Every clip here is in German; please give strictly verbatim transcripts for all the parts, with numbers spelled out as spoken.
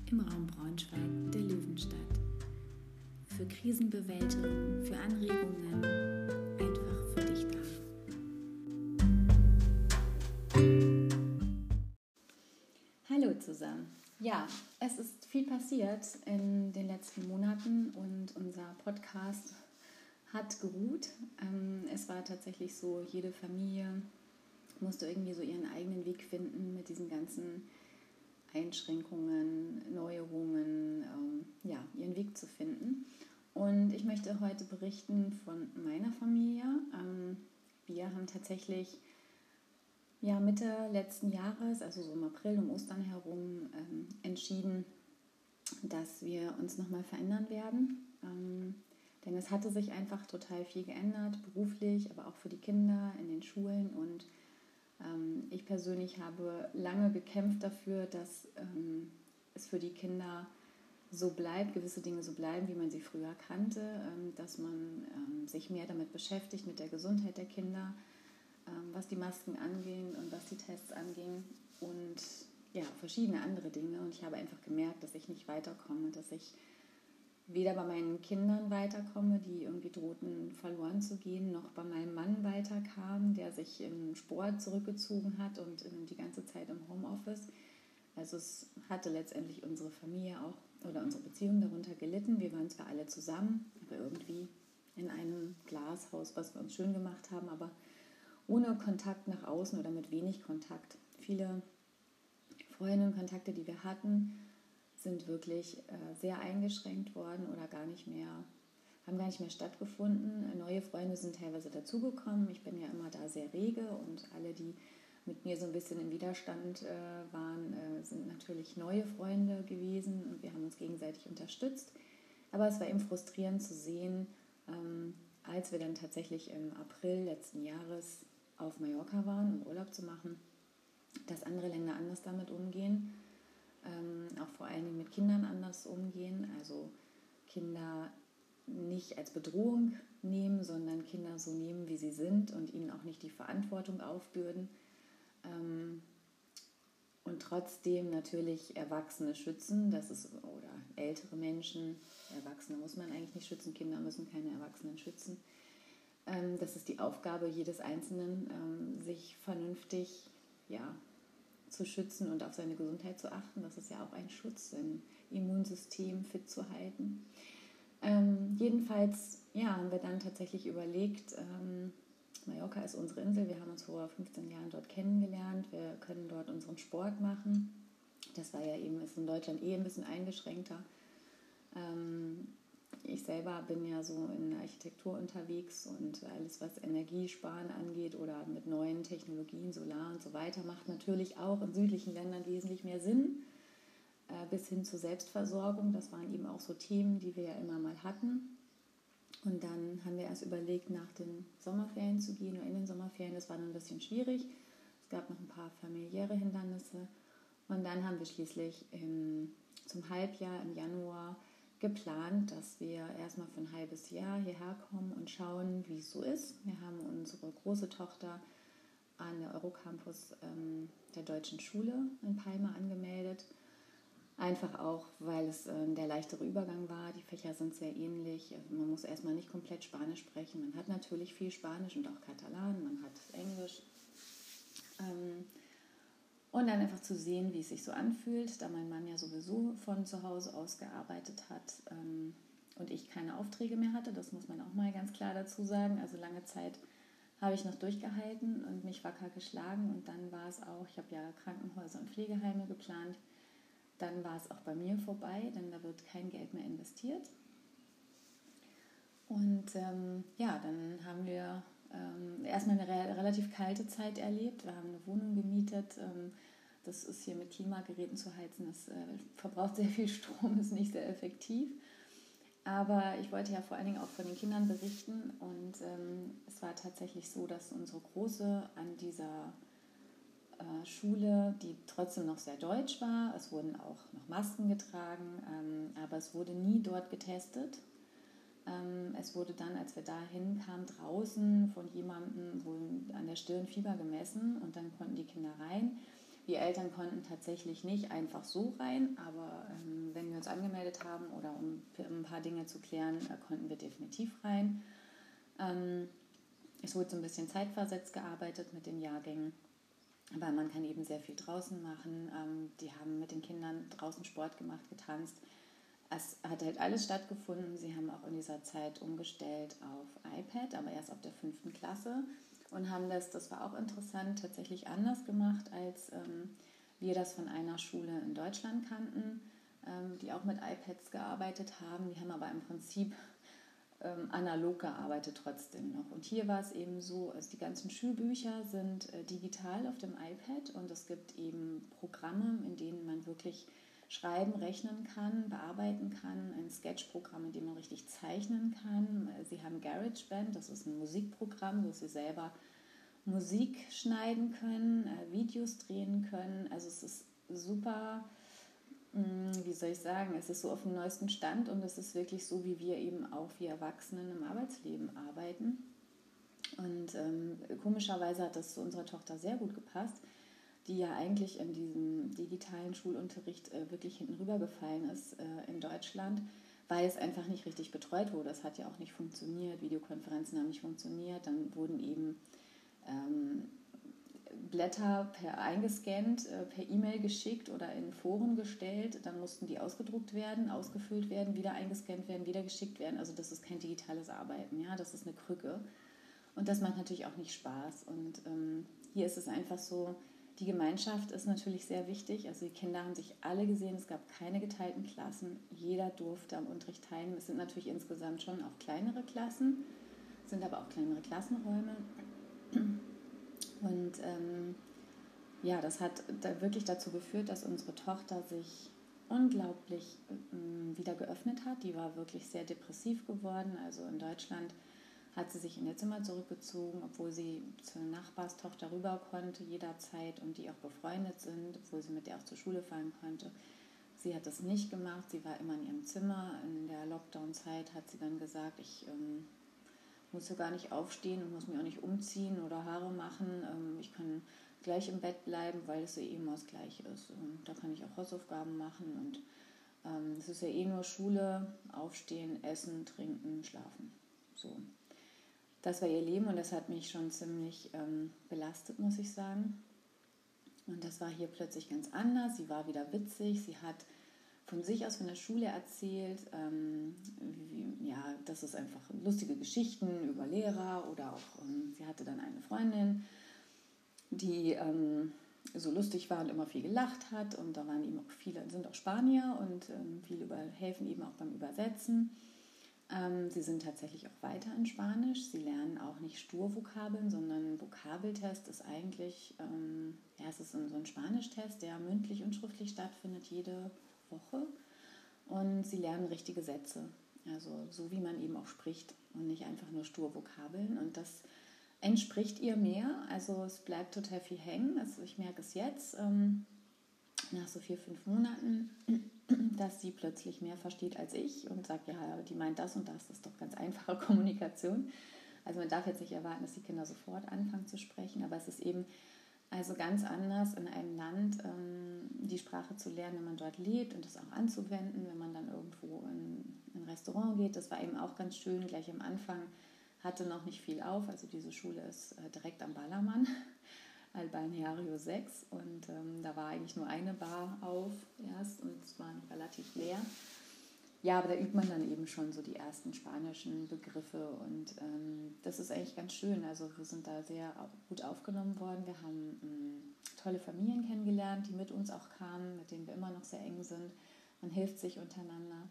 im Raum Braunschweig der Löwenstadt. Für Krisenbewältigung, für Anregungen, einfach für dich da. Hallo zusammen. Ja, es ist viel passiert in den letzten Monaten und unser Podcast hat geruht. Es war tatsächlich so, jede Familie musste irgendwie so ihren eigenen Weg finden mit diesen ganzen Einschränkungen, Neuerungen, ähm, ja, ihren Weg zu finden. Und ich möchte heute berichten von meiner Familie. Ähm, wir haben tatsächlich ja, Mitte letzten Jahres, also so im April, um Ostern herum, ähm, entschieden, dass wir uns nochmal verändern werden. Ähm, denn es hatte sich einfach total viel geändert, beruflich, aber auch für die Kinder in den Schulen. Und ähm, ich persönlich habe lange gekämpft dafür, dass ähm, es für die Kinder so bleibt, gewisse Dinge so bleiben, wie man sie früher kannte, ähm, dass man ähm, sich mehr damit beschäftigt, mit der Gesundheit der Kinder, ähm, was die Masken anging und was die Tests anging und ja, verschiedene andere Dinge. Und ich habe einfach gemerkt, dass ich nicht weiterkomme, dass ich weder bei meinen Kindern weiterkomme, die irgendwie drohten verloren zu gehen, noch bei meinem Mann weiterkam, der sich im Sport zurückgezogen hat und die ganze Zeit im Homeoffice. Also es hatte letztendlich unsere Familie auch oder unsere Beziehung darunter gelitten. Wir waren zwar alle zusammen, aber irgendwie in einem Glashaus, was wir uns schön gemacht haben, aber ohne Kontakt nach außen oder mit wenig Kontakt. Viele Freunde und Kontakte, die wir hatten, sind wirklich äh, sehr eingeschränkt worden oder gar nicht mehr, haben gar nicht mehr stattgefunden. Neue Freunde sind teilweise dazugekommen. Ich bin ja immer da sehr rege und alle, die mit mir so ein bisschen im Widerstand äh, waren, äh, sind natürlich neue Freunde gewesen und wir haben uns gegenseitig unterstützt. Aber es war eben frustrierend zu sehen, ähm, als wir dann tatsächlich im April letzten Jahres auf Mallorca waren, um Urlaub zu machen, dass andere Länder anders damit umgehen. Ähm, auch vor allen Dingen mit Kindern anders umgehen, also Kinder nicht als Bedrohung nehmen, sondern Kinder so nehmen, wie sie sind und ihnen auch nicht die Verantwortung aufbürden ähm, und trotzdem natürlich Erwachsene schützen, das ist, oder ältere Menschen, Erwachsene muss man eigentlich nicht schützen, Kinder müssen keine Erwachsenen schützen. Ähm, das ist die Aufgabe jedes Einzelnen, ähm, sich vernünftig, ja, zu schützen und auf seine Gesundheit zu achten. Das ist ja auch ein Schutz, sein Immunsystem fit zu halten. Ähm, jedenfalls ja, haben wir dann tatsächlich überlegt, ähm, Mallorca ist unsere Insel, wir haben uns vor fünfzehn Jahren dort kennengelernt, wir können dort unseren Sport machen. Das war ja eben, ist in Deutschland eh ein bisschen eingeschränkter. Ähm, Ich selber bin ja so in der Architektur unterwegs und alles, was Energiesparen angeht oder mit neuen Technologien, Solar und so weiter, macht natürlich auch in südlichen Ländern wesentlich mehr Sinn, äh, bis hin zur Selbstversorgung. Das waren eben auch so Themen, die wir ja immer mal hatten. Und dann haben wir erst überlegt, nach den Sommerferien zu gehen oder in den Sommerferien. Das war dann ein bisschen schwierig. Es gab noch ein paar familiäre Hindernisse. Und dann haben wir schließlich im, zum Halbjahr im Januar geplant, dass wir erstmal für ein halbes Jahr hierher kommen und schauen, wie es so ist. Wir haben unsere große Tochter an der Eurocampus ähm, der Deutschen Schule in Palma angemeldet. Einfach auch, weil es äh, der leichtere Übergang war. Die Fächer sind sehr ähnlich. Also man muss erstmal nicht komplett Spanisch sprechen. Man hat natürlich viel Spanisch und auch Katalan, man hat Englisch. Ähm, Und dann einfach zu sehen, wie es sich so anfühlt, da mein Mann ja sowieso von zu Hause aus gearbeitet hat ähm, und ich keine Aufträge mehr hatte. Das muss man auch mal ganz klar dazu sagen. Also lange Zeit habe ich noch durchgehalten und mich wacker geschlagen. Und dann war es auch, ich habe ja Krankenhäuser und Pflegeheime geplant, dann war es auch bei mir vorbei, denn da wird kein Geld mehr investiert. Und ähm, ja, dann haben wir ähm, erstmal eine re- relativ kalte Zeit erlebt. Wir haben eine Wohnung gemietet. Ähm, das ist hier mit Klimageräten zu heizen. Das äh, verbraucht sehr viel Strom, ist nicht sehr effektiv. Aber ich wollte ja vor allen Dingen auch von den Kindern berichten. Und ähm, es war tatsächlich so, dass unsere Große an dieser äh, Schule, die trotzdem noch sehr deutsch war, es wurden auch noch Masken getragen, ähm, aber es wurde nie dort getestet. Es wurde dann, als wir da hinkamen, draußen von jemandem wohl an der Stirn Fieber gemessen und dann konnten die Kinder rein. Wir Eltern konnten tatsächlich nicht einfach so rein, aber ähm, wenn wir uns angemeldet haben oder um, um ein paar Dinge zu klären, äh, konnten wir definitiv rein. Ähm, es wurde so ein bisschen zeitversetzt gearbeitet mit den Jahrgängen, weil man kann eben sehr viel draußen machen. Ähm, die haben mit den Kindern draußen Sport gemacht, getanzt. Es hat halt alles stattgefunden. Sie haben auch in dieser Zeit umgestellt auf iPad, aber erst ab der fünften Klasse. Und haben das, das war auch interessant, tatsächlich anders gemacht, als ähm, wir das von einer Schule in Deutschland kannten, ähm, die auch mit iPads gearbeitet haben. Die haben aber im Prinzip ähm, analog gearbeitet trotzdem noch. Und hier war es eben so, also die ganzen Schulbücher sind äh, digital auf dem iPad und es gibt eben Programme, in denen man wirklich schreiben, rechnen kann, bearbeiten kann, ein Sketch-Programm, in dem man richtig zeichnen kann. Sie haben GarageBand, das ist ein Musikprogramm, wo Sie selber Musik schneiden können, äh, Videos drehen können. Also es ist super, mh, wie soll ich sagen, es ist so auf dem neuesten Stand und es ist wirklich so, wie wir eben auch, wir Erwachsenen im Arbeitsleben arbeiten. Und ähm, komischerweise hat das zu unserer Tochter sehr gut gepasst, die ja eigentlich in diesem digitalen Schulunterricht äh, wirklich hinten rübergefallen ist äh, in Deutschland, weil es einfach nicht richtig betreut wurde. Es hat ja auch nicht funktioniert, Videokonferenzen haben nicht funktioniert, dann wurden eben ähm, Blätter per eingescannt, äh, per E-Mail geschickt oder in Foren gestellt, dann mussten die ausgedruckt werden, ausgefüllt werden, wieder eingescannt werden, wieder geschickt werden. Also das ist kein digitales Arbeiten, ja, das ist eine Krücke. Und das macht natürlich auch nicht Spaß. Und ähm, hier ist es einfach so, die Gemeinschaft ist natürlich sehr wichtig. Also die Kinder haben sich alle gesehen, es gab keine geteilten Klassen. Jeder durfte am Unterricht teilnehmen. Es sind natürlich insgesamt schon auch kleinere Klassen, sind aber auch kleinere Klassenräume. Und ähm, ja, das hat da wirklich dazu geführt, dass unsere Tochter sich unglaublich ähm, wieder geöffnet hat. Die war wirklich sehr depressiv geworden. Also in Deutschland hat sie sich in ihr Zimmer zurückgezogen, obwohl sie zur Nachbarstochter rüber konnte jederzeit und die auch befreundet sind, obwohl sie mit der auch zur Schule fahren konnte. Sie hat das nicht gemacht, sie war immer in ihrem Zimmer. In der Lockdown-Zeit hat sie dann gesagt, ich ähm, muss ja gar nicht aufstehen und muss mich auch nicht umziehen oder Haare machen. Ähm, ich kann gleich im Bett bleiben, weil es ja eh immer das Gleiche ist. Und da kann ich auch Hausaufgaben machen und ähm, es ist ja eh nur Schule, aufstehen, essen, trinken, schlafen. So. Das war ihr Leben und das hat mich schon ziemlich ähm, belastet, muss ich sagen. Und das war hier plötzlich ganz anders. Sie war wieder witzig. Sie hat von sich aus von der Schule erzählt. Ähm, wie, ja, das ist einfach lustige Geschichten über Lehrer oder auch, ähm, sie hatte dann eine Freundin, die ähm, so lustig war und immer viel gelacht hat. Und da waren eben auch viele, sind auch Spanier und ähm, viele über, helfen eben auch beim Übersetzen. Ähm, sie sind tatsächlich auch weiter in Spanisch. Sie lernen auch nicht stur Vokabeln, sondern ein Vokabeltest ist eigentlich, ähm, ja, es ist so ein Spanisch-Test, der mündlich und schriftlich stattfindet jede Woche. Und sie lernen richtige Sätze, also so wie man eben auch spricht und nicht einfach nur stur Vokabeln. Und das entspricht ihr mehr, also es bleibt total viel hängen. Also ich merke es jetzt, ähm, nach so vier, fünf Monaten, dass sie plötzlich mehr versteht als ich und sagt, ja, die meint das und das, das ist doch ganz einfache Kommunikation. Also man darf jetzt nicht erwarten, dass die Kinder sofort anfangen zu sprechen, aber es ist eben also ganz anders in einem Land ähm, die Sprache zu lernen, wenn man dort lebt und das auch anzuwenden, wenn man dann irgendwo in, in ein Restaurant geht. Das war eben auch ganz schön, gleich am Anfang hatte noch nicht viel auf, also diese Schule ist äh, direkt am Ballermann. Al-Balneario sechs und ähm, da war eigentlich nur eine Bar auf erst und es war noch relativ leer. Ja, aber da übt man dann eben schon so die ersten spanischen Begriffe und ähm, das ist eigentlich ganz schön. Also wir sind da sehr gut aufgenommen worden. Wir haben ähm, tolle Familien kennengelernt, die mit uns auch kamen, mit denen wir immer noch sehr eng sind. Man hilft sich untereinander.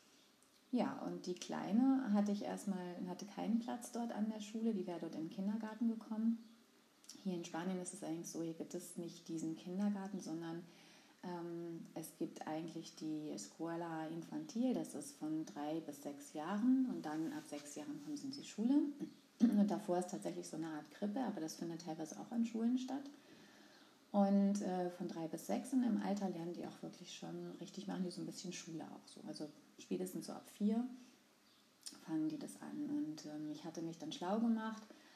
Ja, und die Kleine hatte ich erstmal, hatte keinen Platz dort an der Schule, die wäre dort in den Kindergarten gekommen. Hier in Spanien ist es eigentlich so, hier gibt es nicht diesen Kindergarten, sondern ähm, es gibt eigentlich die Escuela Infantil, das ist von drei bis sechs Jahren und dann ab sechs Jahren kommen sie in die Schule. Und davor ist tatsächlich so eine Art Krippe, aber das findet teilweise auch an Schulen statt. Und äh, von drei bis sechs in dem Alter lernen die auch wirklich schon richtig, machen die so ein bisschen Schule auch so. Also spätestens so ab vier fangen die das an. Und ähm, ich hatte mich dann schlau gemacht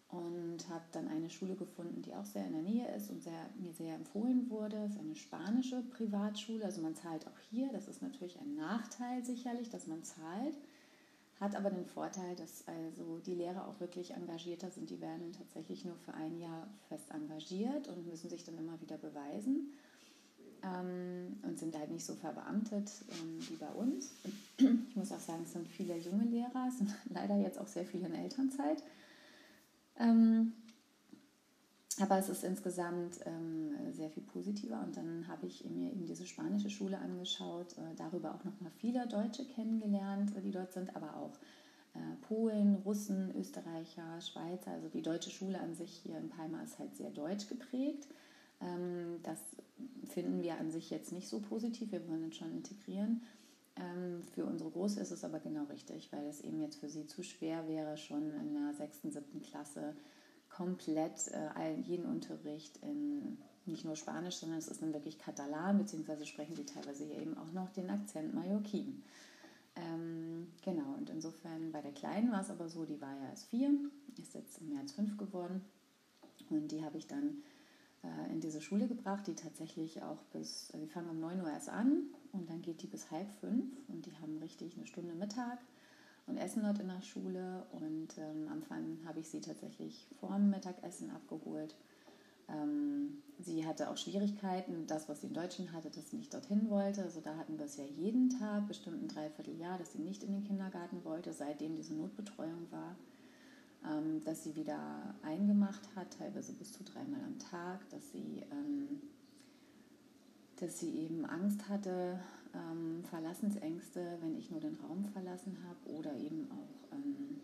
und habe dann eine Schule gefunden, die auch sehr in der Nähe ist und sehr, mir sehr empfohlen wurde. Es ist eine spanische Privatschule, also man zahlt auch hier. Das ist natürlich ein Nachteil sicherlich, dass man zahlt, hat aber den Vorteil, dass also die Lehrer auch wirklich engagierter sind. Die werden tatsächlich nur für ein Jahr fest engagiert und müssen sich dann immer wieder beweisen ähm, und sind halt nicht so verbeamtet ähm, wie bei uns. Ich muss auch sagen, es sind viele junge Lehrer, es sind leider jetzt auch sehr viele in Elternzeit. Ähm, aber es ist insgesamt ähm, sehr viel positiver und dann habe ich mir eben diese spanische Schule angeschaut, äh, darüber auch nochmal viele Deutsche kennengelernt, die dort sind, aber auch äh, Polen, Russen, Österreicher, Schweizer. Also die deutsche Schule an sich hier in Palma ist halt sehr deutsch geprägt. Ähm, das finden wir an sich jetzt nicht so positiv, wir wollen uns schon integrieren. Ähm, für unsere Große ist es aber genau richtig, weil es eben jetzt für sie zu schwer wäre, schon in der sechsten, siebten Klasse komplett äh, jeden Unterricht in nicht nur Spanisch, sondern es ist dann wirklich Katalan, beziehungsweise sprechen sie teilweise hier eben auch noch den Akzent Mallorquin. Ähm, genau, und insofern bei der Kleinen war es aber so, die war ja erst vier, ist jetzt im März fünf geworden und die habe ich dann äh, in diese Schule gebracht, die tatsächlich auch bis, also die fangen um neun Uhr erst an und dann geht die bis halb fünf und die haben richtig eine Stunde Mittag und essen dort in der Schule und ähm, am Anfang habe ich sie tatsächlich vor dem Mittagessen abgeholt. Ähm, sie hatte auch Schwierigkeiten, das, was sie in Deutschland hatte, dass sie nicht dorthin wollte. Also da hatten wir es ja jeden Tag, bestimmt ein Dreivierteljahr, dass sie nicht in den Kindergarten wollte, seitdem diese Notbetreuung war. Ähm, dass sie wieder eingemacht hat, teilweise bis zu dreimal am Tag, dass sie... Ähm, dass sie eben Angst hatte, ähm, Verlassensängste, wenn ich nur den Raum verlassen habe oder eben auch ähm,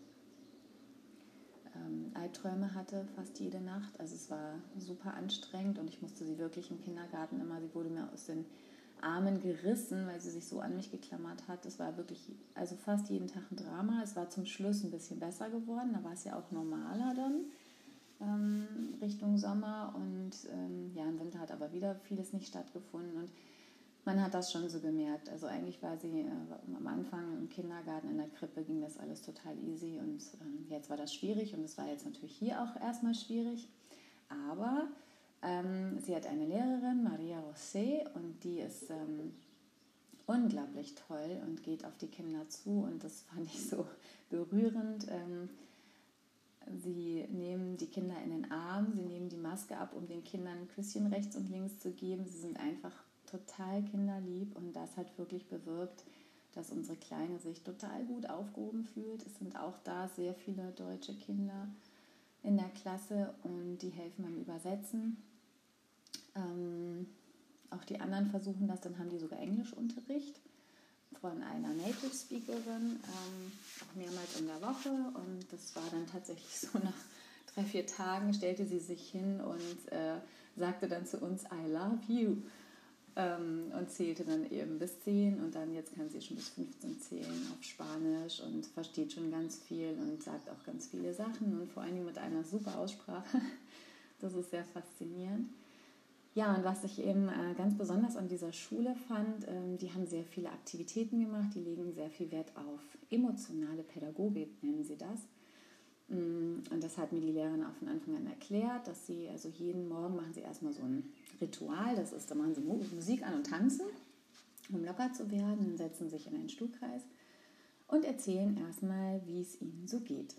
ähm, Albträume hatte fast jede Nacht. Also es war super anstrengend und ich musste sie wirklich im Kindergarten immer, sie wurde mir aus den Armen gerissen, weil sie sich so an mich geklammert hat. Es war wirklich, also fast jeden Tag ein Drama. Es war zum Schluss ein bisschen besser geworden, da war es ja auch normaler dann. Ähm, Richtung Sommer und ähm, ja, im Winter hat aber wieder vieles nicht stattgefunden und man hat das schon so gemerkt. Also eigentlich war sie äh, am Anfang im Kindergarten, in der Krippe ging das alles total easy und ähm, jetzt war das schwierig und es war jetzt natürlich hier auch erstmal schwierig, aber ähm, sie hat eine Lehrerin, Maria José, und die ist ähm, unglaublich toll und geht auf die Kinder zu und das fand ich so berührend. Ähm, Sie nehmen die Kinder in den Arm, sie nehmen die Maske ab, um den Kindern ein Küsschen rechts und links zu geben. Sie sind einfach total kinderlieb und das hat wirklich bewirkt, dass unsere Kleine sich total gut aufgehoben fühlt. Es sind auch da sehr viele deutsche Kinder in der Klasse und die helfen beim Übersetzen. Ähm, auch die anderen versuchen das, dann haben die sogar Englischunterricht von einer Native Speakerin, ähm, auch mehrmals in der Woche und das war dann tatsächlich so nach drei, vier Tagen stellte sie sich hin und äh, sagte dann zu uns I love you ähm, und zählte dann eben bis zehn und dann jetzt kann sie schon bis fünfzehn zählen auf Spanisch und versteht schon ganz viel und sagt auch ganz viele Sachen und vor allen Dingen mit einer super Aussprache. Das ist sehr faszinierend. Ja, und was ich eben äh, ganz besonders an dieser Schule fand, ähm, die haben sehr viele Aktivitäten gemacht, die legen sehr viel Wert auf emotionale Pädagogik, nennen sie das. Mm, und das hat mir die Lehrerin auch von Anfang an erklärt, dass sie, also jeden Morgen machen sie erstmal so ein Ritual, das ist, da machen sie Musik an und tanzen, um locker zu werden, dann setzen sich in einen Stuhlkreis und erzählen erstmal, wie es ihnen so geht.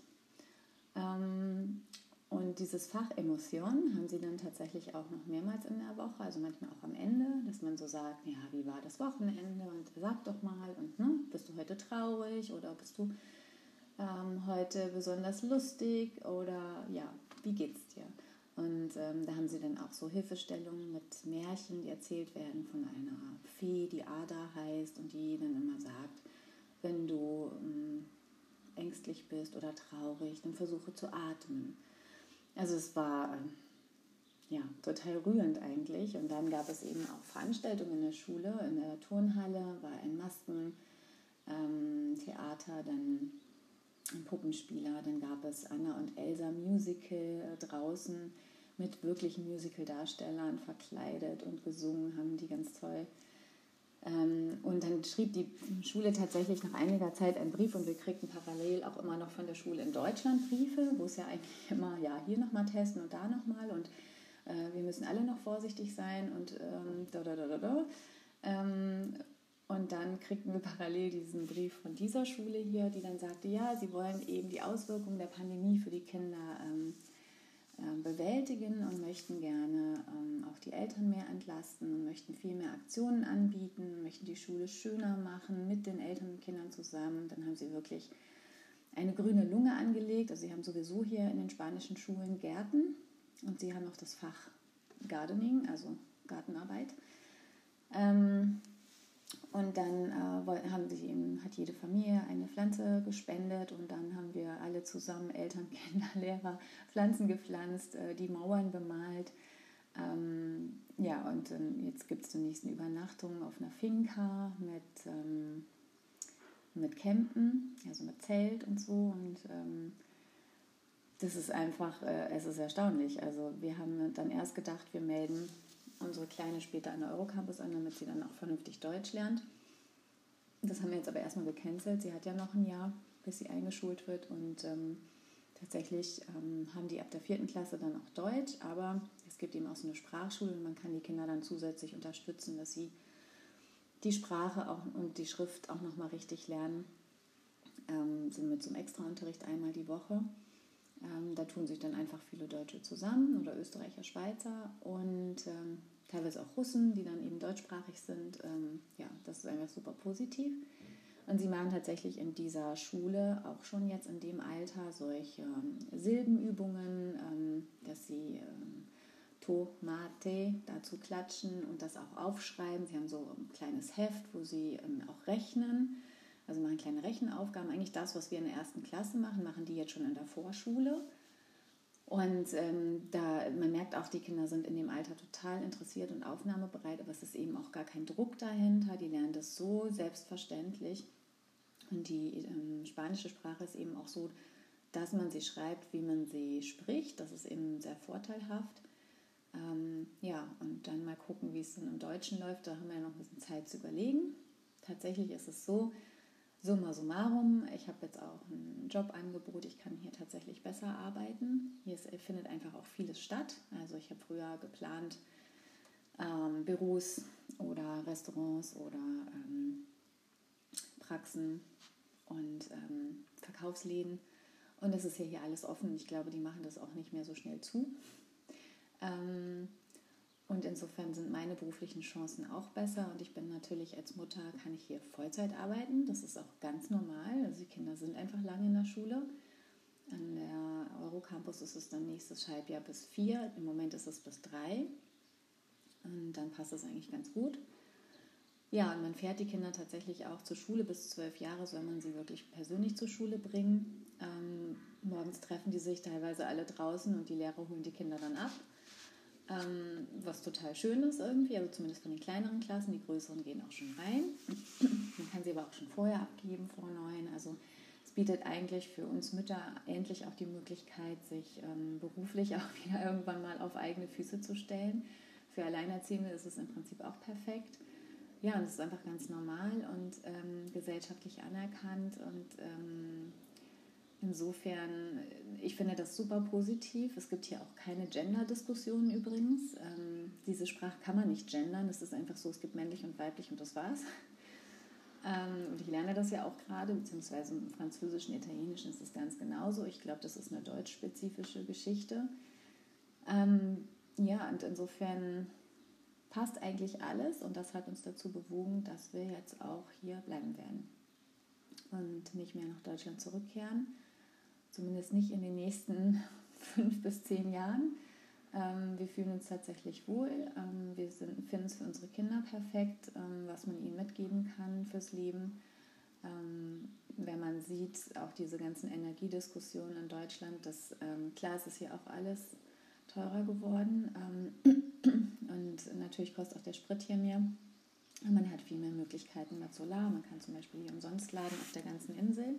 Ähm, Und dieses Fach Emotion haben sie dann tatsächlich auch noch mehrmals in der Woche, also manchmal auch am Ende, dass man so sagt, ja, wie war das Wochenende und sag doch mal, und ne, bist du heute traurig oder bist du ähm, heute besonders lustig oder ja, wie geht's dir? Und ähm, da haben sie dann auch so Hilfestellungen mit Märchen, die erzählt werden von einer Fee, die Ada heißt und die dann immer sagt, wenn du ähm, ängstlich bist oder traurig, dann versuche zu atmen. Also es war ähm, ja, total rührend eigentlich. Und dann gab es eben auch Veranstaltungen in der Schule, in der Turnhalle, war ein Maskentheater, ähm, dann ein Puppenspieler, dann gab es Anna und Elsa Musical äh, draußen mit wirklichen Musical-Darstellern verkleidet und gesungen haben die ganz toll. Ähm, und dann dann schrieb die Schule tatsächlich nach einiger Zeit einen Brief und wir kriegten parallel auch immer noch von der Schule in Deutschland Briefe, wo es ja eigentlich immer, ja, hier nochmal testen und da nochmal und äh, wir müssen alle noch vorsichtig sein und ähm, da, da, da, da, da. Ähm, und dann kriegten wir parallel diesen Brief von dieser Schule hier, die dann sagte, ja, sie wollen eben die Auswirkungen der Pandemie für die Kinder ähm, äh, bewältigen und möchten gerne ähm, auch die Eltern mehr entlasten und möchten viel mehr Aktionen anbieten, möchten die Schule schöner machen mit den Eltern und Kindern zusammen. Dann haben sie wirklich eine grüne Lunge angelegt. Also sie haben sowieso hier in den spanischen Schulen Gärten und sie haben auch das Fach Gardening, also Gartenarbeit. Ähm, Und dann äh, haben sie eben, hat jede Familie eine Pflanze gespendet und dann haben wir alle zusammen, Eltern, Kinder, Lehrer, Pflanzen gepflanzt, äh, die Mauern bemalt. Ähm, ja, und äh, jetzt gibt es die nächsten Übernachtungen auf einer Finca mit, ähm, mit Campen, also mit Zelt und so. Und ähm, das ist einfach, äh, es ist erstaunlich. Also wir haben dann erst gedacht, wir melden unsere Kleine später an der Eurocampus an, damit sie dann auch vernünftig Deutsch lernt. Das haben wir jetzt aber erstmal gecancelt. Sie hat ja noch ein Jahr, bis sie eingeschult wird. Und ähm, tatsächlich ähm, haben die ab der vierten Klasse dann auch Deutsch. Aber es gibt eben auch so eine Sprachschule und man kann die Kinder dann zusätzlich unterstützen, dass sie die Sprache auch und die Schrift auch nochmal richtig lernen. Ähm, sind mit so einem Extraunterricht einmal die Woche. Ähm, da tun sich dann einfach viele Deutsche zusammen oder Österreicher, Schweizer und ähm, teilweise auch Russen, die dann eben deutschsprachig sind. Ähm, ja, das ist einfach super positiv. Und sie machen tatsächlich in dieser Schule auch schon jetzt in dem Alter solche ähm, Silbenübungen, ähm, dass sie ähm, Tomate dazu klatschen und das auch aufschreiben. Sie haben so ein kleines Heft, wo sie ähm, auch rechnen. Also machen kleine Rechenaufgaben. Eigentlich das, was wir in der ersten Klasse machen, machen die jetzt schon in der Vorschule. Und ähm, da, man merkt auch, die Kinder sind in dem Alter total interessiert und aufnahmebereit, aber es ist eben auch gar kein Druck dahinter. Die lernen das so selbstverständlich. Und die ähm, spanische Sprache ist eben auch so, dass man sie schreibt, wie man sie spricht. Das ist eben sehr vorteilhaft. Ähm, ja, und dann mal gucken, wie es dann im Deutschen läuft. Da haben wir ja noch ein bisschen Zeit zu überlegen. Tatsächlich ist es so, summa summarum, ich habe jetzt auch ein Jobangebot, ich kann hier tatsächlich besser arbeiten. Hier ist, findet einfach auch vieles statt. Also ich habe früher geplant, ähm, Büros oder Restaurants oder ähm, Praxen und ähm, Verkaufsläden. Und das ist ja hier alles offen. Ich glaube, die machen das auch nicht mehr so schnell zu. Ähm, Und insofern sind meine beruflichen Chancen auch besser und ich bin natürlich als Mutter, kann ich hier Vollzeit arbeiten, das ist auch ganz normal, also die Kinder sind einfach lange in der Schule. An der Eurocampus ist es dann nächstes Halbjahr bis vier, im Moment ist es bis drei und dann passt es eigentlich ganz gut. Ja, und man fährt die Kinder tatsächlich auch zur Schule, bis zwölf Jahre soll man sie wirklich persönlich zur Schule bringen. Ähm, morgens treffen die sich teilweise alle draußen und die Lehrer holen die Kinder dann ab. Ähm, was total schön ist irgendwie, also zumindest von den kleineren Klassen, die größeren gehen auch schon rein. Man kann sie aber auch schon vorher abgeben, vor neun. Also es bietet eigentlich für uns Mütter endlich auch die Möglichkeit, sich ähm, beruflich auch wieder irgendwann mal auf eigene Füße zu stellen. Für Alleinerziehende ist es im Prinzip auch perfekt. Ja, und es ist einfach ganz normal und ähm, gesellschaftlich anerkannt und ähm, insofern, ich finde das super positiv. Es gibt hier auch keine Gender-Diskussionen übrigens. Ähm, diese Sprache kann man nicht gendern. Es ist einfach so, es gibt männlich und weiblich und das war's. Ähm, und ich lerne das ja auch gerade, beziehungsweise im Französischen, Italienischen ist es ganz genauso. Ich glaube, das ist eine deutschspezifische Geschichte. Ähm, ja, und insofern passt eigentlich alles und das hat uns dazu bewogen, dass wir jetzt auch hier bleiben werden und nicht mehr nach Deutschland zurückkehren. Zumindest nicht in den nächsten fünf bis zehn Jahren. Ähm, wir fühlen uns tatsächlich wohl. Ähm, wir sind, finden es für unsere Kinder perfekt, ähm, was man ihnen mitgeben kann fürs Leben. Ähm, wenn man sieht, auch diese ganzen Energiediskussionen in Deutschland, das, ähm, klar, es ist hier auch alles teurer geworden. Ähm, und natürlich kostet auch der Sprit hier mehr. Man hat viel mehr Möglichkeiten mit Solar. Man kann zum Beispiel hier umsonst laden auf der ganzen Insel.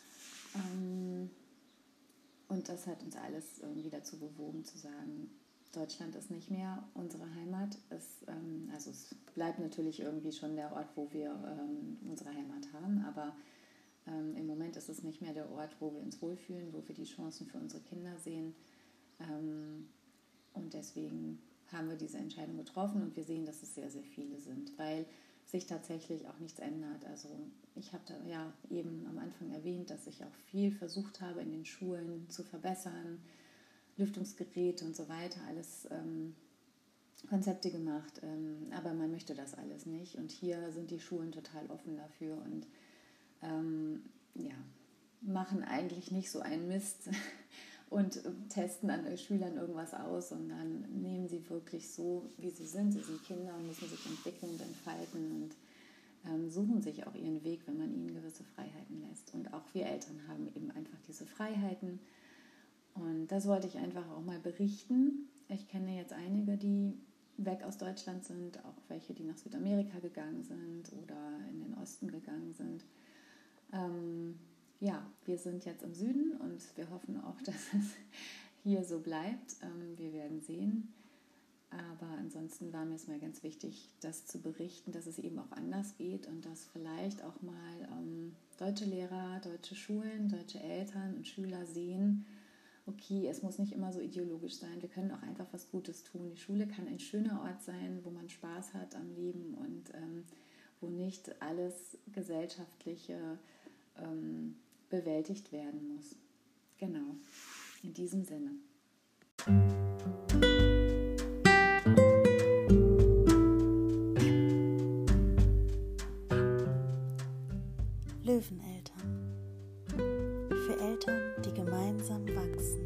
Ähm, Und das hat uns alles irgendwie dazu bewogen zu sagen, Deutschland ist nicht mehr unsere Heimat. Es, ähm, also es bleibt natürlich irgendwie schon der Ort, wo wir ähm, unsere Heimat haben, aber ähm, im Moment ist es nicht mehr der Ort, wo wir uns wohlfühlen, wo wir die Chancen für unsere Kinder sehen. Ähm, und deswegen haben wir diese Entscheidung getroffen und wir sehen, dass es sehr, sehr viele sind, weil sich tatsächlich auch nichts ändert. Also ich habe da ja eben am Anfang erwähnt, dass ich auch viel versucht habe, in den Schulen zu verbessern, Lüftungsgeräte und so weiter, alles ähm, Konzepte gemacht, ähm, aber man möchte das alles nicht und hier sind die Schulen total offen dafür und ähm, ja, machen eigentlich nicht so einen Mist und testen an Schülern irgendwas aus, sondern nehmen sie wirklich so, wie sie sind. Sie sind Kinder und müssen sich entwickeln und entfalten und ähm, suchen sich auch ihren Weg, wenn man ihnen gewisse Freiheiten lässt. Und auch wir Eltern haben eben einfach diese Freiheiten. Und das wollte ich einfach auch mal berichten. Ich kenne jetzt einige, die weg aus Deutschland sind, auch welche, die nach Südamerika gegangen sind oder in den Osten gegangen sind. Ähm, ja, wir sind jetzt im Süden und wir hoffen auch, dass es hier so bleibt. Ähm, wir werden sehen. Aber ansonsten war mir es mal ganz wichtig, das zu berichten, dass es eben auch anders geht und dass vielleicht auch mal ähm, deutsche Lehrer, deutsche Schulen, deutsche Eltern und Schüler sehen, okay, es muss nicht immer so ideologisch sein, wir können auch einfach was Gutes tun. Die Schule kann ein schöner Ort sein, wo man Spaß hat am Leben und ähm, wo nicht alles Gesellschaftliche ähm, bewältigt werden muss. Genau, in diesem Sinne. Löweneltern. Für Eltern, die gemeinsam wachsen.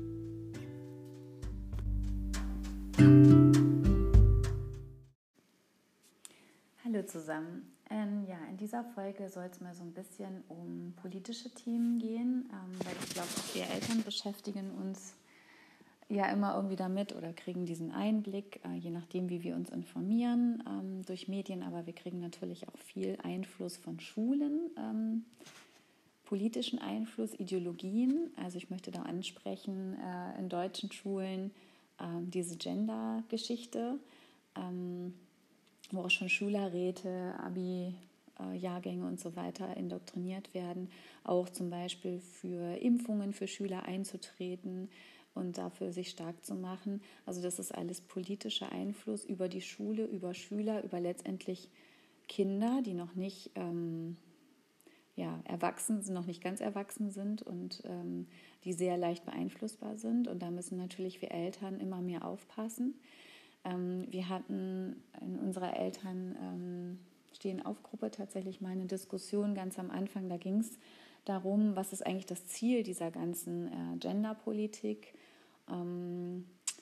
Hallo zusammen. Ähm, ja, in dieser Folge soll es mal so ein bisschen um politische Themen gehen, ähm, weil ich glaube, auch wir Eltern beschäftigen uns ja immer irgendwie damit oder kriegen diesen Einblick, äh, je nachdem, wie wir uns informieren ähm, durch Medien, aber wir kriegen natürlich auch viel Einfluss von Schulen, ähm, politischen Einfluss, Ideologien. Also ich möchte da ansprechen, äh, in deutschen Schulen äh, diese Gender-Geschichte, ähm, wo auch schon Schülerräte, Abi-Jahrgänge und so weiter indoktriniert werden, auch zum Beispiel für Impfungen für Schüler einzutreten und dafür sich stark zu machen. Also das ist alles politischer Einfluss über die Schule, über Schüler, über letztendlich Kinder, die noch nicht ähm, ja, erwachsen sind, noch nicht ganz erwachsen sind und ähm, die sehr leicht beeinflussbar sind. Und da müssen natürlich wir Eltern immer mehr aufpassen. Ähm, wir hatten in unserer Eltern ähm, stehen auf Gruppe tatsächlich mal eine Diskussion ganz am Anfang. Da ging es darum, was ist eigentlich das Ziel dieser ganzen äh, Genderpolitik, ähm,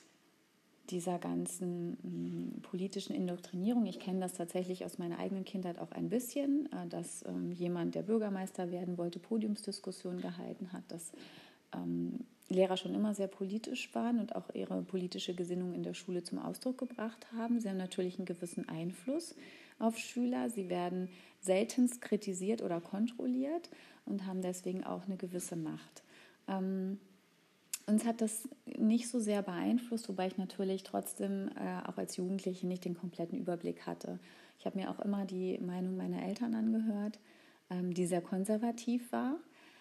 dieser ganzen ähm, politischen Indoktrinierung. Ich kenne das tatsächlich aus meiner eigenen Kindheit auch ein bisschen, äh, dass ähm, jemand, der Bürgermeister werden wollte, Podiumsdiskussionen gehalten hat, dass ähm, Lehrer schon immer sehr politisch waren und auch ihre politische Gesinnung in der Schule zum Ausdruck gebracht haben. Sie haben natürlich einen gewissen Einfluss auf Schüler. Sie werden seltenst kritisiert oder kontrolliert und haben deswegen auch eine gewisse Macht. Ähm, uns hat das nicht so sehr beeinflusst, wobei ich natürlich trotzdem äh, auch als Jugendliche nicht den kompletten Überblick hatte. Ich habe mir auch immer die Meinung meiner Eltern angehört, ähm, die sehr konservativ war.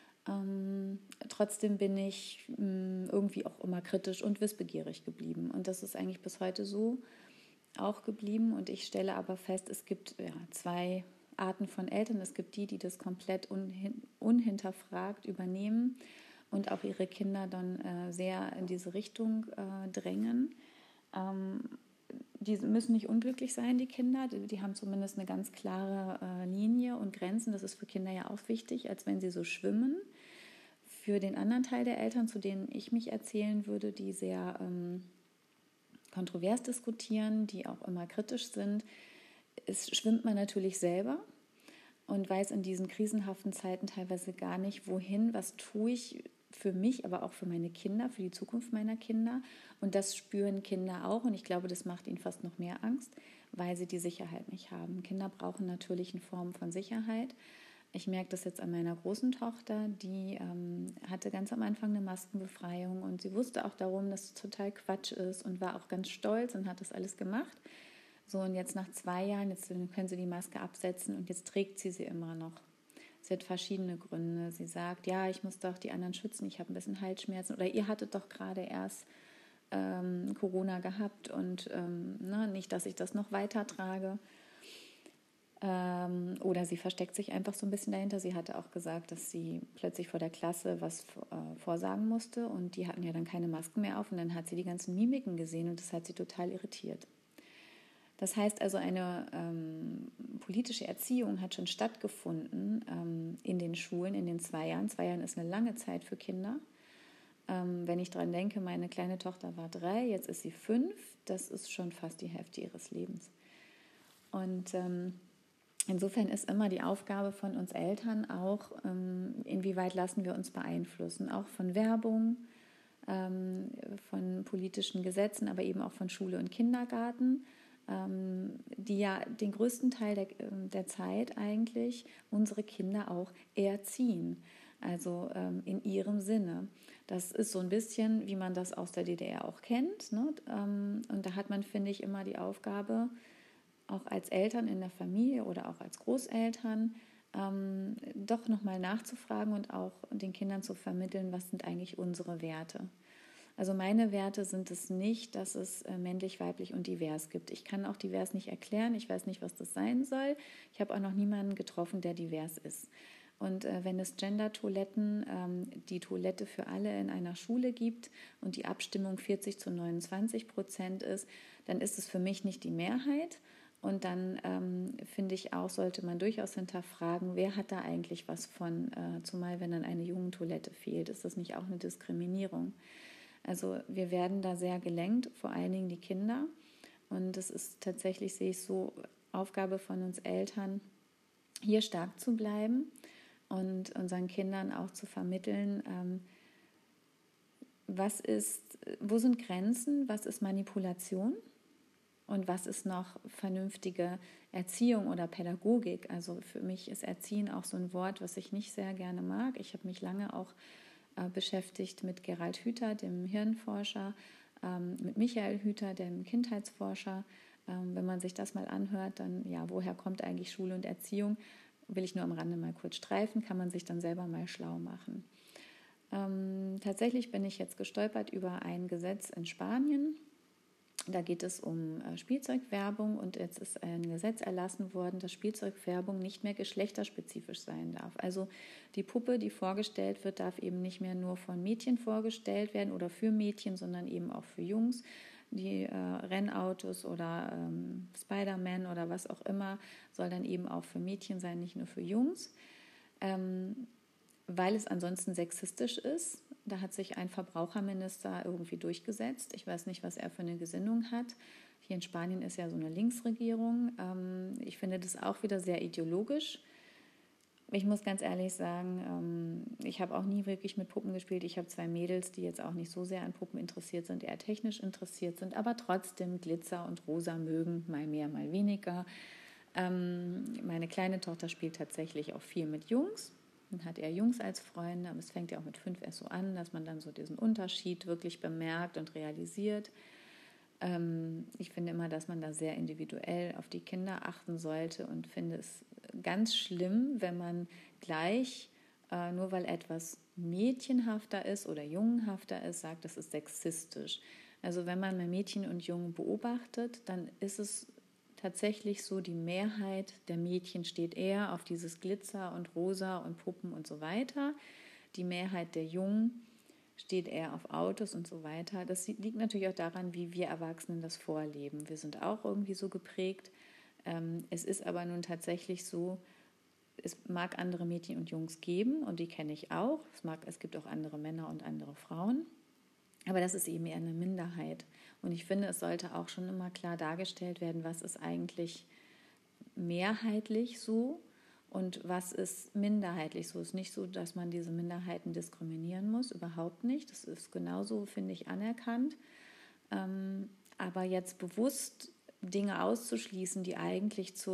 Ähm, trotzdem bin ich mh, irgendwie auch immer kritisch und wissbegierig geblieben. Und das ist eigentlich bis heute so auch geblieben. Und ich stelle aber fest, es gibt ja, zwei Arten von Eltern. Es gibt die, die das komplett unhin, unhinterfragt übernehmen und auch ihre Kinder dann äh, sehr in diese Richtung äh, drängen. Ähm, die müssen nicht unglücklich sein, die Kinder. Die, die haben zumindest eine ganz klare äh, Linie und Grenzen. Das ist für Kinder ja auch wichtig, als wenn sie so schwimmen. Für den anderen Teil der Eltern, zu denen ich mich erzählen würde, die sehr ähm, kontrovers diskutieren, die auch immer kritisch sind, ist, schwimmt man natürlich selber und weiß in diesen krisenhaften Zeiten teilweise gar nicht, wohin, was tue ich für mich, aber auch für meine Kinder, für die Zukunft meiner Kinder. Und das spüren Kinder auch und ich glaube, das macht ihnen fast noch mehr Angst, weil sie die Sicherheit nicht haben. Kinder brauchen natürlich eine Form von Sicherheit. Ich merke das jetzt an meiner großen Tochter, die ähm, hatte ganz am Anfang eine Maskenbefreiung und sie wusste auch darum, dass es total Quatsch ist und war auch ganz stolz und hat das alles gemacht. So, und jetzt nach zwei Jahren, jetzt können sie die Maske absetzen und jetzt trägt sie sie immer noch. Sie hat verschiedene Gründe. Sie sagt, ja, ich muss doch die anderen schützen, ich habe ein bisschen Halsschmerzen. Oder ihr hattet doch gerade erst ähm, Corona gehabt und ähm, ne, nicht, dass ich das noch weitertrage. Ähm, oder sie versteckt sich einfach so ein bisschen dahinter. Sie hatte auch gesagt, dass sie plötzlich vor der Klasse was äh, vorsagen musste und die hatten ja dann keine Masken mehr auf und dann hat sie die ganzen Mimiken gesehen und das hat sie total irritiert. Das heißt also, eine ähm, politische Erziehung hat schon stattgefunden ähm, in den Schulen in den zwei Jahren. Zwei Jahren ist eine lange Zeit für Kinder. Ähm, wenn ich daran denke, meine kleine Tochter war drei, jetzt ist sie fünf. Das ist schon fast die Hälfte ihres Lebens. Und ähm, insofern ist immer die Aufgabe von uns Eltern auch, ähm, inwieweit lassen wir uns beeinflussen, auch von Werbung, ähm, von politischen Gesetzen, aber eben auch von Schule und Kindergarten, die ja den größten Teil der, der Zeit eigentlich unsere Kinder auch erziehen, also ähm, in ihrem Sinne. Das ist so ein bisschen, wie man das aus der D D R auch kennt, ne? Ähm, und da hat man, finde ich, immer die Aufgabe, auch als Eltern in der Familie oder auch als Großeltern, ähm, doch nochmal nachzufragen und auch den Kindern zu vermitteln, was sind eigentlich unsere Werte. Also meine Werte sind es nicht, dass es männlich, weiblich und divers gibt. Ich kann auch divers nicht erklären, ich weiß nicht, was das sein soll. Ich habe auch noch niemanden getroffen, der divers ist. Und äh, wenn es Gender-Toiletten, ähm, die Toilette für alle in einer Schule gibt und die Abstimmung vierzig zu neunundzwanzig Prozent ist, dann ist es für mich nicht die Mehrheit. Und dann ähm, finde ich auch, sollte man durchaus hinterfragen, wer hat da eigentlich was von, äh, zumal wenn dann eine Jungentoilette fehlt, ist das nicht auch eine Diskriminierung? Also wir werden da sehr gelenkt, vor allen Dingen die Kinder. Und es ist tatsächlich, sehe ich so, Aufgabe von uns Eltern, hier stark zu bleiben und unseren Kindern auch zu vermitteln, ähm, was ist, wo sind Grenzen, was ist Manipulation und was ist noch vernünftige Erziehung oder Pädagogik. Also für mich ist Erziehen auch so ein Wort, was ich nicht sehr gerne mag. Ich habe mich lange auch beschäftigt mit Gerald Hüther, dem Hirnforscher, ähm, mit Michael Hüther, dem Kindheitsforscher. Ähm, wenn man sich das mal anhört, dann, ja, woher kommt eigentlich Schule und Erziehung? Will ich nur am Rande mal kurz streifen, kann man sich dann selber mal schlau machen. Ähm, tatsächlich bin ich jetzt gestolpert über ein Gesetz in Spanien. Da geht es um äh, Spielzeugwerbung und jetzt ist ein Gesetz erlassen worden, dass Spielzeugwerbung nicht mehr geschlechterspezifisch sein darf. Also die Puppe, die vorgestellt wird, darf eben nicht mehr nur von Mädchen vorgestellt werden oder für Mädchen, sondern eben auch für Jungs. Die äh, Rennautos oder ähm, Spider-Man oder was auch immer soll dann eben auch für Mädchen sein, nicht nur für Jungs. Ähm, weil es ansonsten sexistisch ist. Da hat sich ein Verbraucherminister irgendwie durchgesetzt. Ich weiß nicht, was er für eine Gesinnung hat. Hier in Spanien ist ja so eine Linksregierung. Ich finde das auch wieder sehr ideologisch. Ich muss ganz ehrlich sagen, ich habe auch nie wirklich mit Puppen gespielt. Ich habe zwei Mädels, die jetzt auch nicht so sehr an Puppen interessiert sind, eher technisch interessiert sind, aber trotzdem Glitzer und Rosa mögen, mal mehr, mal weniger. Meine kleine Tochter spielt tatsächlich auch viel mit Jungs. Dann hat er Jungs als Freunde, aber es fängt ja auch mit fünf erst so an, dass man dann so diesen Unterschied wirklich bemerkt und realisiert. Ähm, ich finde immer, dass man da sehr individuell auf die Kinder achten sollte und finde es ganz schlimm, wenn man gleich, äh, nur weil etwas mädchenhafter ist oder jungenhafter ist, sagt, das ist sexistisch. Also wenn man mal Mädchen und Jungen beobachtet, dann ist es tatsächlich so, die Mehrheit der Mädchen steht eher auf dieses Glitzer und Rosa und Puppen und so weiter. Die Mehrheit der Jungen steht eher auf Autos und so weiter. Das liegt natürlich auch daran, wie wir Erwachsenen das vorleben. Wir sind auch irgendwie so geprägt. Es ist aber nun tatsächlich so, es mag andere Mädchen und Jungs geben und die kenne ich auch. Es, mag, es gibt auch andere Männer und andere Frauen. Aber das ist eben eher eine Minderheit. Und ich finde, es sollte auch schon immer klar dargestellt werden, was ist eigentlich mehrheitlich so und was ist minderheitlich so. Es ist nicht so, dass man diese Minderheiten diskriminieren muss, überhaupt nicht. Das ist genauso, finde ich, anerkannt. Ähm, aber jetzt bewusst Dinge auszuschließen, die eigentlich zur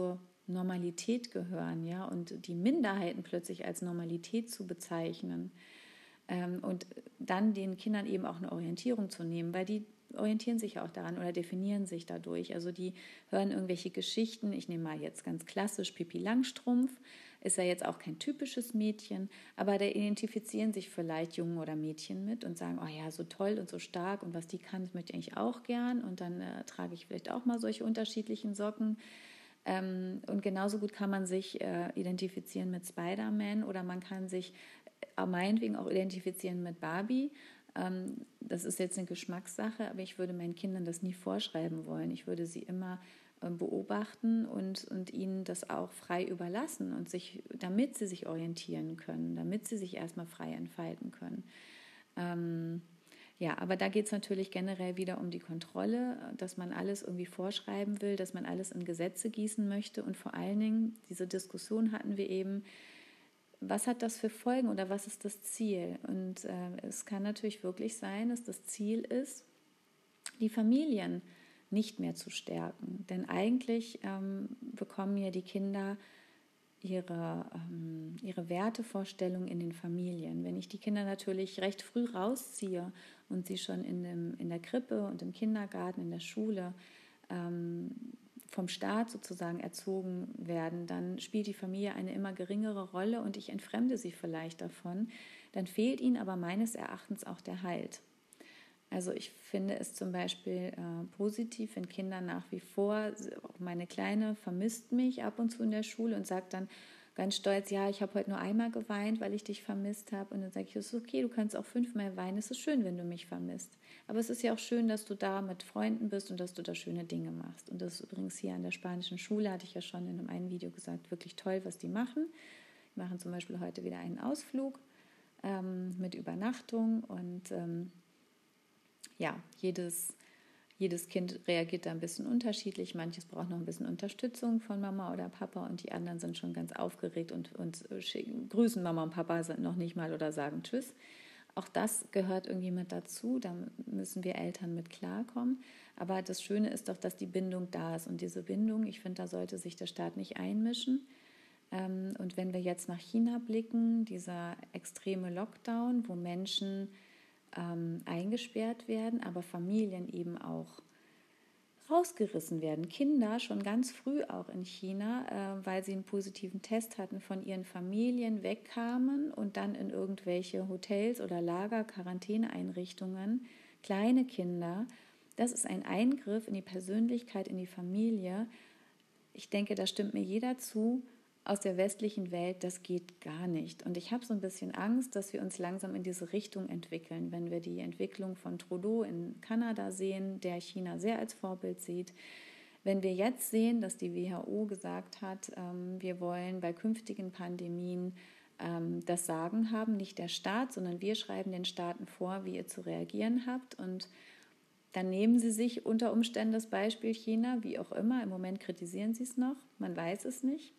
Normalität gehören, ja, und die Minderheiten plötzlich als Normalität zu bezeichnen ähm, und dann den Kindern eben auch eine Orientierung zu nehmen, weil die orientieren sich ja auch daran oder definieren sich dadurch. Also die hören irgendwelche Geschichten, ich nehme mal jetzt ganz klassisch Pippi Langstrumpf, ist ja jetzt auch kein typisches Mädchen, aber da identifizieren sich vielleicht Jungen oder Mädchen mit und sagen, oh ja, so toll und so stark und was die kann, das möchte ich eigentlich auch gern und dann äh, trage ich vielleicht auch mal solche unterschiedlichen Socken. Ähm, und genauso gut kann man sich äh, identifizieren mit Spider-Man oder man kann sich äh, meinetwegen auch identifizieren mit Barbie. Ähm, das ist jetzt eine Geschmackssache, aber ich würde meinen Kindern das nie vorschreiben wollen. Ich würde sie immer beobachten und, und ihnen das auch frei überlassen und sich, damit sie sich orientieren können, damit sie sich erstmal frei entfalten können. Ähm, ja, aber da geht es natürlich generell wieder um die Kontrolle, dass man alles irgendwie vorschreiben will, dass man alles in Gesetze gießen möchte und vor allen Dingen, diese Diskussion hatten wir eben, was hat das für Folgen oder was ist das Ziel? Und äh, es kann natürlich wirklich sein, dass das Ziel ist, die Familien nicht mehr zu stärken. Denn eigentlich ähm, bekommen ja die Kinder ihre, ähm, ihre Wertevorstellung in den Familien. Wenn ich die Kinder natürlich recht früh rausziehe und sie schon in, dem, in der Krippe und im Kindergarten, in der Schule ähm, vom Staat sozusagen erzogen werden, dann spielt die Familie eine immer geringere Rolle und ich entfremde sie vielleicht davon. Dann fehlt ihnen aber meines Erachtens auch der Halt. Also ich finde es zum Beispiel äh, positiv, wenn Kinder nach wie vor, auch meine Kleine vermisst mich ab und zu in der Schule und sagt dann ganz stolz, ja, ich habe heute nur einmal geweint, weil ich dich vermisst habe. Und dann sage ich, es ist okay, du kannst auch fünfmal weinen, es ist schön, wenn du mich vermisst. Aber es ist ja auch schön, dass du da mit Freunden bist und dass du da schöne Dinge machst. Und das ist übrigens hier an der spanischen Schule, hatte ich ja schon in einem einen Video gesagt, wirklich toll, was die machen. Die machen zum Beispiel heute wieder einen Ausflug ähm, mit Übernachtung und ähm, ja, jedes, jedes Kind reagiert da ein bisschen unterschiedlich. Manches braucht noch ein bisschen Unterstützung von Mama oder Papa und die anderen sind schon ganz aufgeregt und, und grüßen Mama und Papa noch nicht mal oder sagen Tschüss. Auch das gehört irgendwie mit dazu, da müssen wir Eltern mit klarkommen. Aber das Schöne ist doch, dass die Bindung da ist und diese Bindung, ich finde, da sollte sich der Staat nicht einmischen. Und wenn wir jetzt nach China blicken, dieser extreme Lockdown, wo Menschen Ähm, eingesperrt werden, aber Familien eben auch rausgerissen werden. Kinder schon ganz früh auch in China, äh, weil sie einen positiven Test hatten, von ihren Familien wegkamen und dann in irgendwelche Hotels oder Lager, Quarantäneeinrichtungen, kleine Kinder. Das ist ein Eingriff in die Persönlichkeit, in die Familie. Ich denke, da stimmt mir jeder zu, aus der westlichen Welt, das geht gar nicht. Und ich habe so ein bisschen Angst, dass wir uns langsam in diese Richtung entwickeln, wenn wir die Entwicklung von Trudeau in Kanada sehen, der China sehr als Vorbild sieht. Wenn wir jetzt sehen, dass die W H O gesagt hat, ähm, wir wollen bei künftigen Pandemien ähm, das Sagen haben, nicht der Staat, sondern wir schreiben den Staaten vor, wie ihr zu reagieren habt. Und dann nehmen sie sich unter Umständen das Beispiel China, wie auch immer. Im Moment kritisieren sie es noch, man weiß es nicht.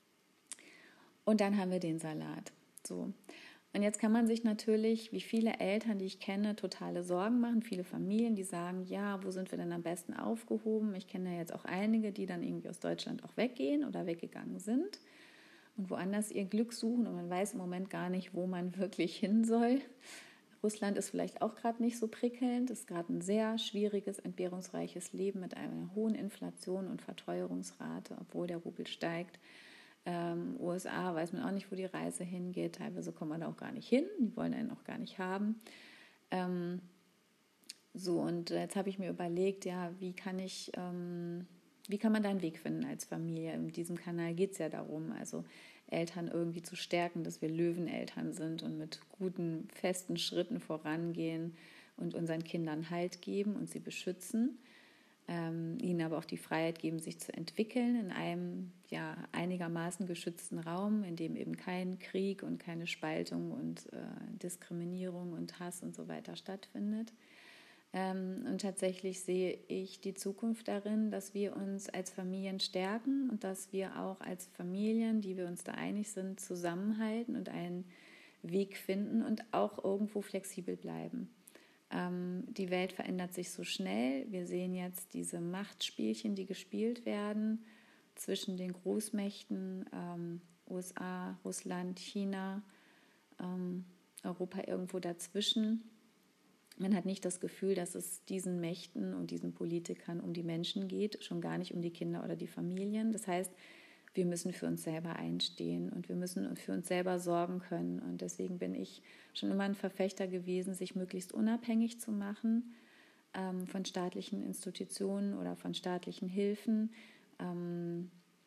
Und dann haben wir den Salat. So. Und jetzt kann man sich natürlich, wie viele Eltern, die ich kenne, totale Sorgen machen. Viele Familien, die sagen, ja, wo sind wir denn am besten aufgehoben? Ich kenne ja jetzt auch einige, die dann irgendwie aus Deutschland auch weggehen oder weggegangen sind und woanders ihr Glück suchen. Und man weiß im Moment gar nicht, wo man wirklich hin soll. Russland ist vielleicht auch gerade nicht so prickelnd. Es ist gerade ein sehr schwieriges, entbehrungsreiches Leben mit einer hohen Inflation und Verteuerungsrate, obwohl der Rubel steigt. Ähm, U S A weiß man auch nicht, wo die Reise hingeht. Teilweise kommt man da auch gar nicht hin. Die wollen einen auch gar nicht haben. Ähm, so, und jetzt habe ich mir überlegt, ja, wie kann ich, ähm, wie kann man da einen Weg finden als Familie? In diesem Kanal geht es ja darum, also Eltern irgendwie zu stärken, dass wir Löweneltern sind und mit guten, festen Schritten vorangehen und unseren Kindern Halt geben und sie beschützen. Ähm, ihnen aber auch die Freiheit geben, sich zu entwickeln in einem ja, einigermaßen geschützten Raum, in dem eben kein Krieg und keine Spaltung und äh, Diskriminierung und Hass und so weiter stattfindet. Ähm, und tatsächlich sehe ich die Zukunft darin, dass wir uns als Familien stärken und dass wir auch als Familien, die wir uns da einig sind, zusammenhalten und einen Weg finden und auch irgendwo flexibel bleiben. Die Welt verändert sich so schnell. Wir sehen jetzt diese Machtspielchen, die gespielt werden zwischen den Großmächten, ähm, U S A, Russland, China, ähm, Europa irgendwo dazwischen. Man hat nicht das Gefühl, dass es diesen Mächten und diesen Politikern um die Menschen geht, schon gar nicht um die Kinder oder die Familien. Das heißt, wir müssen für uns selber einstehen und wir müssen für uns selber sorgen können. Und deswegen bin ich schon immer ein Verfechter gewesen, sich möglichst unabhängig zu machen ähm, von staatlichen Institutionen oder von staatlichen Hilfen, ähm,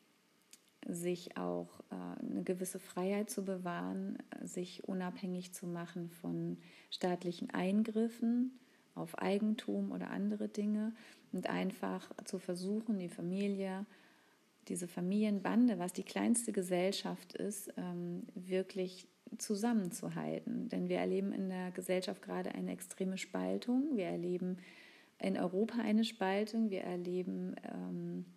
sich auch äh, eine gewisse Freiheit zu bewahren, sich unabhängig zu machen von staatlichen Eingriffen auf Eigentum oder andere Dinge und einfach zu versuchen, die Familie, diese Familienbande, was die kleinste Gesellschaft ist, ähm, wirklich zusammenzuhalten. Denn wir erleben in der Gesellschaft gerade eine extreme Spaltung. Wir erleben in Europa eine Spaltung. Wir erleben ähm,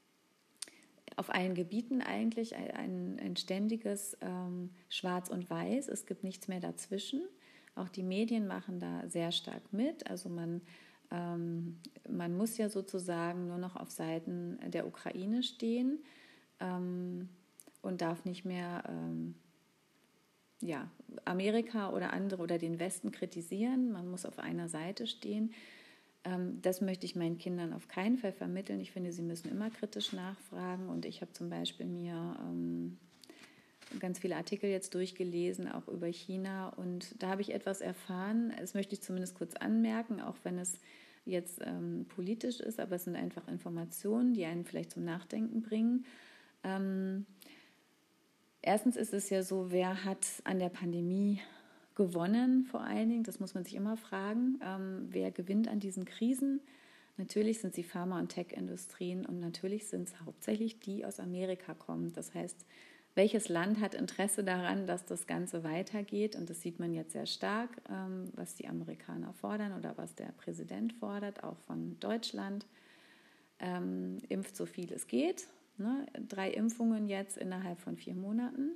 auf allen Gebieten eigentlich ein, ein ständiges ähm, Schwarz und Weiß. Es gibt nichts mehr dazwischen. Auch die Medien machen da sehr stark mit. Also man, ähm, man muss ja sozusagen nur noch auf Seiten der Ukraine stehen ähm, und darf nicht mehr ähm, ja, Amerika oder andere oder den Westen kritisieren. Man muss auf einer Seite stehen. Das möchte ich meinen Kindern auf keinen Fall vermitteln. Ich finde, sie müssen immer kritisch nachfragen. Und ich habe zum Beispiel mir ähm, ganz viele Artikel jetzt durchgelesen, auch über China. Und da habe ich etwas erfahren, das möchte ich zumindest kurz anmerken, auch wenn es jetzt ähm, politisch ist, aber es sind einfach Informationen, die einen vielleicht zum Nachdenken bringen. Ähm, erstens ist es ja so, wer hat an der Pandemie gewonnen vor allen Dingen, das muss man sich immer fragen, ähm, wer gewinnt an diesen Krisen. Natürlich sind es die Pharma- und Tech-Industrien und natürlich sind es hauptsächlich die, die aus Amerika kommen. Das heißt, welches Land hat Interesse daran, dass das Ganze weitergeht? Und das sieht man jetzt sehr stark, ähm, was die Amerikaner fordern oder was der Präsident fordert, auch von Deutschland. Ähm, impft so viel es geht, ne? Drei Impfungen jetzt innerhalb von vier Monaten.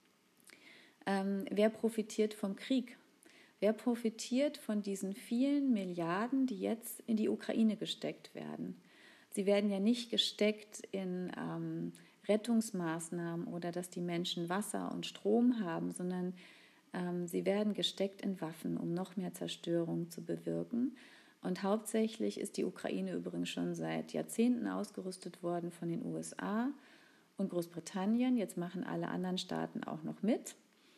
Ähm, wer profitiert vom Krieg? Wer profitiert von diesen vielen Milliarden, die jetzt in die Ukraine gesteckt werden? Sie werden ja nicht gesteckt in ähm, Rettungsmaßnahmen oder dass die Menschen Wasser und Strom haben, sondern ähm, sie werden gesteckt in Waffen, um noch mehr Zerstörung zu bewirken. Und hauptsächlich ist die Ukraine übrigens schon seit Jahrzehnten ausgerüstet worden von den U S A und Großbritannien. Jetzt machen alle anderen Staaten auch noch mit.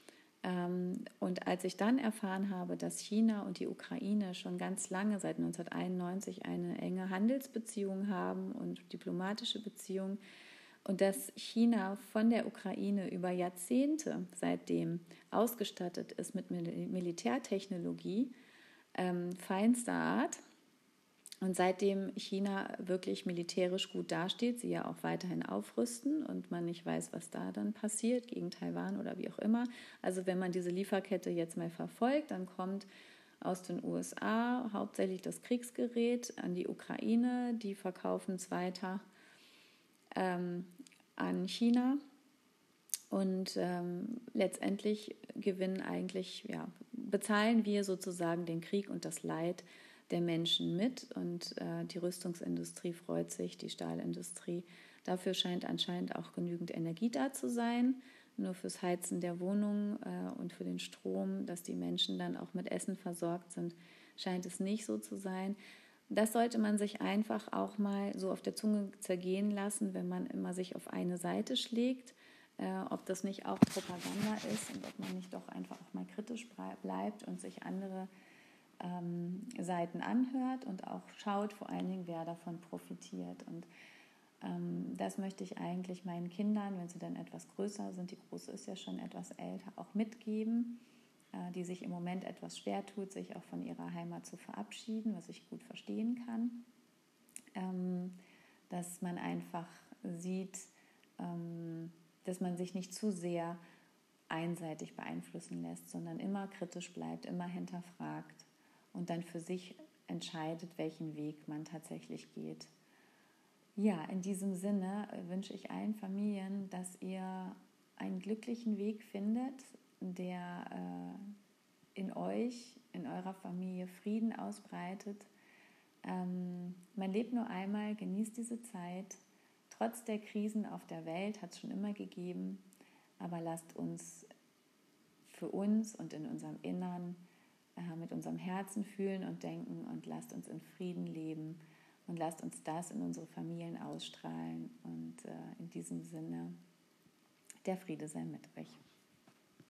Und als ich dann erfahren habe, dass China und die Ukraine schon ganz lange, seit neunzehnhunderteinundneunzig, eine enge Handelsbeziehung haben und diplomatische Beziehung und dass China von der Ukraine über Jahrzehnte seitdem ausgestattet ist mit Militärtechnologie ähm, feinster Art, und seitdem China wirklich militärisch gut dasteht, sie ja auch weiterhin aufrüsten und man nicht weiß, was da dann passiert gegen Taiwan oder wie auch immer. Also wenn man diese Lieferkette jetzt mal verfolgt, dann kommt aus den U S A hauptsächlich das Kriegsgerät an die Ukraine. Die verkaufen es weiter ähm, an China. Und ähm, letztendlich gewinnen eigentlich, ja, bezahlen wir sozusagen den Krieg und das Leid der Menschen mit und äh, die Rüstungsindustrie freut sich, die Stahlindustrie. Dafür scheint anscheinend auch genügend Energie da zu sein, nur fürs Heizen der Wohnung äh, und für den Strom, dass die Menschen dann auch mit Essen versorgt sind, scheint es nicht so zu sein. Das sollte man sich einfach auch mal so auf der Zunge zergehen lassen, wenn man immer sich auf eine Seite schlägt, äh, ob das nicht auch Propaganda ist und ob man nicht doch einfach auch mal kritisch bleibt und sich andere Ähm, Seiten anhört und auch schaut vor allen Dingen, wer davon profitiert. Und ähm, das möchte ich eigentlich meinen Kindern, wenn sie dann etwas größer sind, die Große ist ja schon etwas älter, auch mitgeben, äh, die sich im Moment etwas schwer tut, sich auch von ihrer Heimat zu verabschieden, was ich gut verstehen kann. Ähm, dass man einfach sieht, ähm, dass man sich nicht zu sehr einseitig beeinflussen lässt, sondern immer kritisch bleibt, immer hinterfragt und dann für sich entscheidet, welchen Weg man tatsächlich geht. Ja, in diesem Sinne wünsche ich allen Familien, dass ihr einen glücklichen Weg findet, der äh, in euch, in eurer Familie Frieden ausbreitet. Ähm, man lebt nur einmal, genießt diese Zeit, trotz der Krisen auf der Welt hat es schon immer gegeben, aber lasst uns für uns und in unserem Innern äh, mit unserem Herzen fühlen und denken und lasst uns in Frieden leben und lasst uns das in unsere Familien ausstrahlen und äh, in diesem Sinne, der Friede sei mit euch.